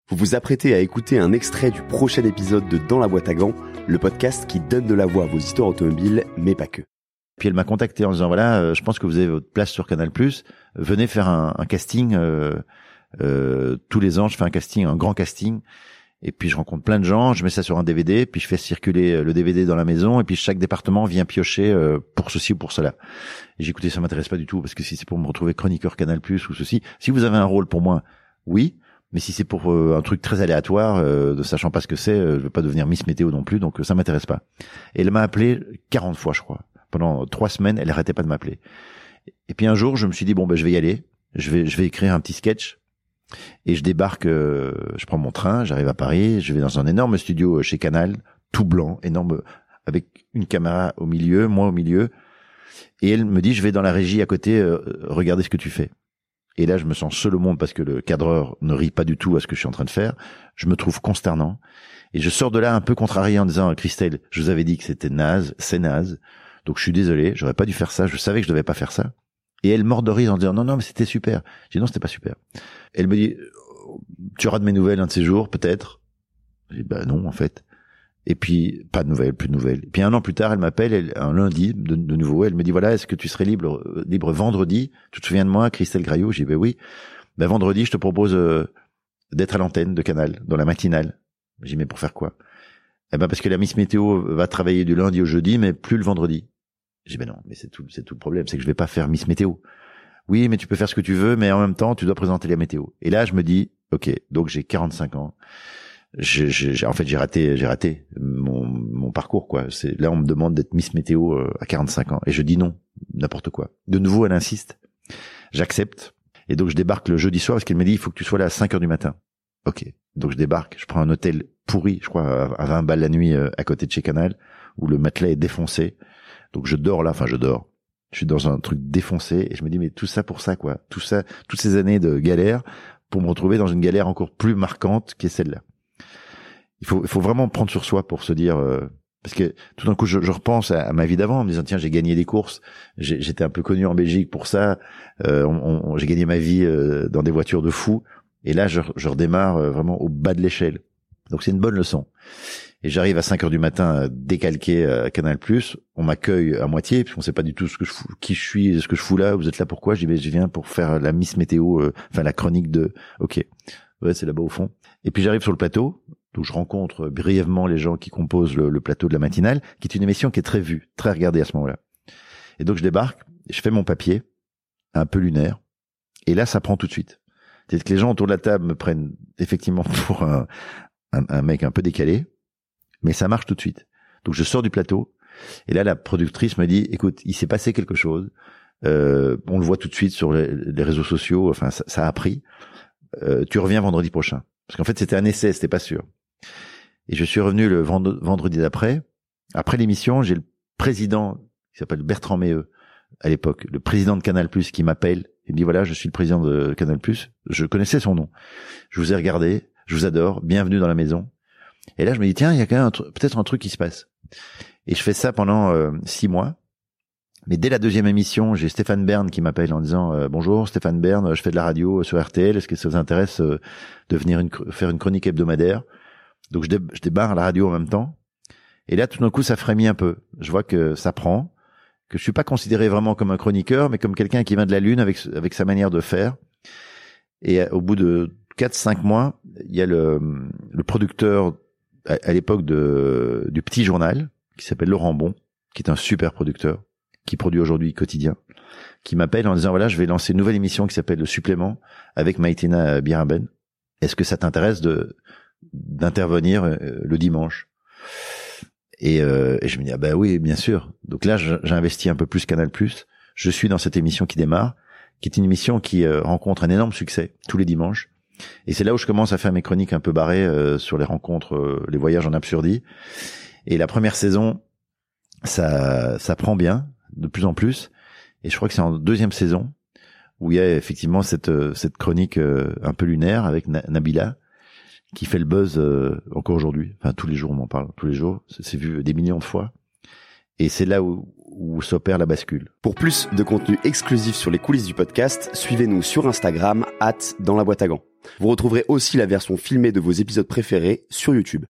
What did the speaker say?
Vous vous apprêtez à écouter un extrait du prochain épisode de Dans la boîte à gants, le podcast qui donne de la voix à vos histoires automobiles, mais pas que. Puis elle m'a contacté en disant voilà, je pense que vous avez votre place sur Canal+, venez faire un casting. Tous les ans, je fais un casting, un grand casting. Et puis je rencontre plein de gens, je mets ça sur un DVD, puis je fais circuler le DVD dans la maison, et puis chaque département vient piocher pour ceci ou pour cela. Et j'ai écouté, ça m'intéresse pas du tout, parce que si c'est pour me retrouver chroniqueur Canal+ ou ceci, si vous avez un rôle pour moi, oui, mais si c'est pour un truc très aléatoire, ne sachant pas ce que c'est, je veux pas devenir Miss Météo non plus, donc ça m'intéresse pas. Et elle m'a appelé 40 fois, je crois. Pendant 3 semaines, elle arrêtait pas de m'appeler. Et puis un jour, je me suis dit bon je vais y aller, je vais écrire un petit sketch. Et je débarque, je prends mon train, j'arrive à Paris, je vais dans un énorme studio chez Canal, tout blanc, énorme, avec une caméra au milieu, moi au milieu. Et elle me dit, je vais dans la régie à côté, regardez ce que tu fais. Et là, je me sens seul au monde parce que le cadreur ne rit pas du tout à ce que je suis en train de faire. Je me trouve consternant. Et je sors de là un peu contrarié en disant, Christelle, je vous avais dit que c'était naze, c'est naze. Donc je suis désolé, j'aurais pas dû faire ça, je savais que je devais pas faire ça. Et elle mord de rire en disant non mais c'était super. J'ai dit non, c'était pas super. Elle me dit tu auras de mes nouvelles un de ces jours peut-être. J'ai dit non en fait. Et puis pas de nouvelles, plus de nouvelles. Et puis un an plus tard, elle m'appelle un lundi de nouveau, elle me dit voilà, est-ce que tu serais libre vendredi? Tu te souviens de moi, Christelle Graillot? J'ai dit oui. Vendredi, je te propose d'être à l'antenne de Canal dans la matinale. J'ai dit mais pour faire quoi? Parce que la Miss Météo va travailler du lundi au jeudi mais plus le vendredi. J'ai dit non, mais c'est tout le problème, c'est que je vais pas faire Miss Météo. Oui, mais tu peux faire ce que tu veux, mais en même temps, tu dois présenter la météo. Et là, je me dis, ok, donc j'ai 45 ans. En fait, j'ai raté mon parcours, quoi. Là, on me demande d'être Miss Météo à 45 ans. Et je dis non, n'importe quoi. De nouveau, elle insiste. J'accepte. Et donc, je débarque le jeudi soir parce qu'elle me dit, il faut que tu sois là à 5 heures du matin. Ok. Donc, je débarque. Je prends un hôtel pourri, je crois, à 20 balles la nuit à côté de chez Canal, où le matelas est défoncé. Donc je dors là, je suis dans un truc défoncé et je me dis mais tout ça pour ça quoi, tout ça, toutes ces années de galère pour me retrouver dans une galère encore plus marquante qui est celle-là. Il faut vraiment prendre sur soi pour se dire parce que tout d'un coup je repense à ma vie d'avant en me disant tiens j'ai gagné des courses, j'étais un peu connu en Belgique pour ça, j'ai gagné ma vie dans des voitures de fou et là je redémarre vraiment au bas de l'échelle. Donc c'est une bonne leçon. Et j'arrive à 5 heures du matin décalqué à Canal+, on m'accueille à moitié, puisqu'on sait pas du tout qui je suis, ce que je fous là, vous êtes là pourquoi? Je dis, je viens pour faire la Miss Météo, la chronique de, ok. Ouais, c'est là-bas au fond. Et puis j'arrive sur le plateau, où je rencontre brièvement les gens qui composent le plateau de la matinale, qui est une émission qui est très vue, très regardée à ce moment-là. Et donc je débarque, je fais mon papier, un peu lunaire, et là ça prend tout de suite. C'est-à-dire que les gens autour de la table me prennent effectivement pour un mec un peu décalé, mais ça marche tout de suite. Donc je sors du plateau et là la productrice me dit écoute, il s'est passé quelque chose, on le voit tout de suite sur les réseaux sociaux, ça a pris, tu reviens vendredi prochain. Parce qu'en fait c'était un essai, c'était pas sûr. Et je suis revenu le vendredi d'après. Après l'émission, j'ai le président qui s'appelle Bertrand Méheux à l'époque, le président de Canal+, qui m'appelle et me dit voilà, je suis le président de Canal+, je connaissais son nom, je vous ai regardé, je vous adore, bienvenue dans la maison. Et là, je me dis, tiens, il y a quand même peut-être un truc qui se passe. Et je fais ça pendant 6 mois. Mais dès la 2e émission, j'ai Stéphane Bern qui m'appelle en disant, bonjour Stéphane Bern, je fais de la radio sur RTL, est-ce que ça vous intéresse de venir faire une chronique hebdomadaire? Donc je débarre à la radio en même temps. Et là, tout d'un coup, ça frémit un peu. Je vois que ça prend, que je suis pas considéré vraiment comme un chroniqueur, mais comme quelqu'un qui vient de la Lune avec sa manière de faire. Et au bout de 4-5 mois, il y a le producteur à l'époque du Petit Journal, qui s'appelle Laurent Bon, qui est un super producteur, qui produit aujourd'hui Quotidien, qui m'appelle en disant voilà, je vais lancer une nouvelle émission qui s'appelle Le Supplément avec Maïtena Biraben. Est-ce que ça t'intéresse d'intervenir le dimanche? Et je me dis oui, bien sûr. Donc là, j'ai investi un peu plus Canal+. Je suis dans cette émission qui démarre, qui est une émission qui rencontre un énorme succès tous les dimanches. Et c'est là où je commence à faire mes chroniques un peu barrées sur les rencontres, les voyages en absurdie. Et la première saison, ça prend bien, de plus en plus. Et je crois que c'est en 2e saison où il y a effectivement cette chronique un peu lunaire avec Nabila qui fait le buzz encore aujourd'hui. Tous les jours on m'en parle, tous les jours. C'est vu des millions de fois. Et c'est là où s'opère la bascule. Pour plus de contenu exclusif sur les coulisses du podcast, suivez-nous sur Instagram @danslaboîteagants. Vous retrouverez aussi la version filmée de vos épisodes préférés sur YouTube.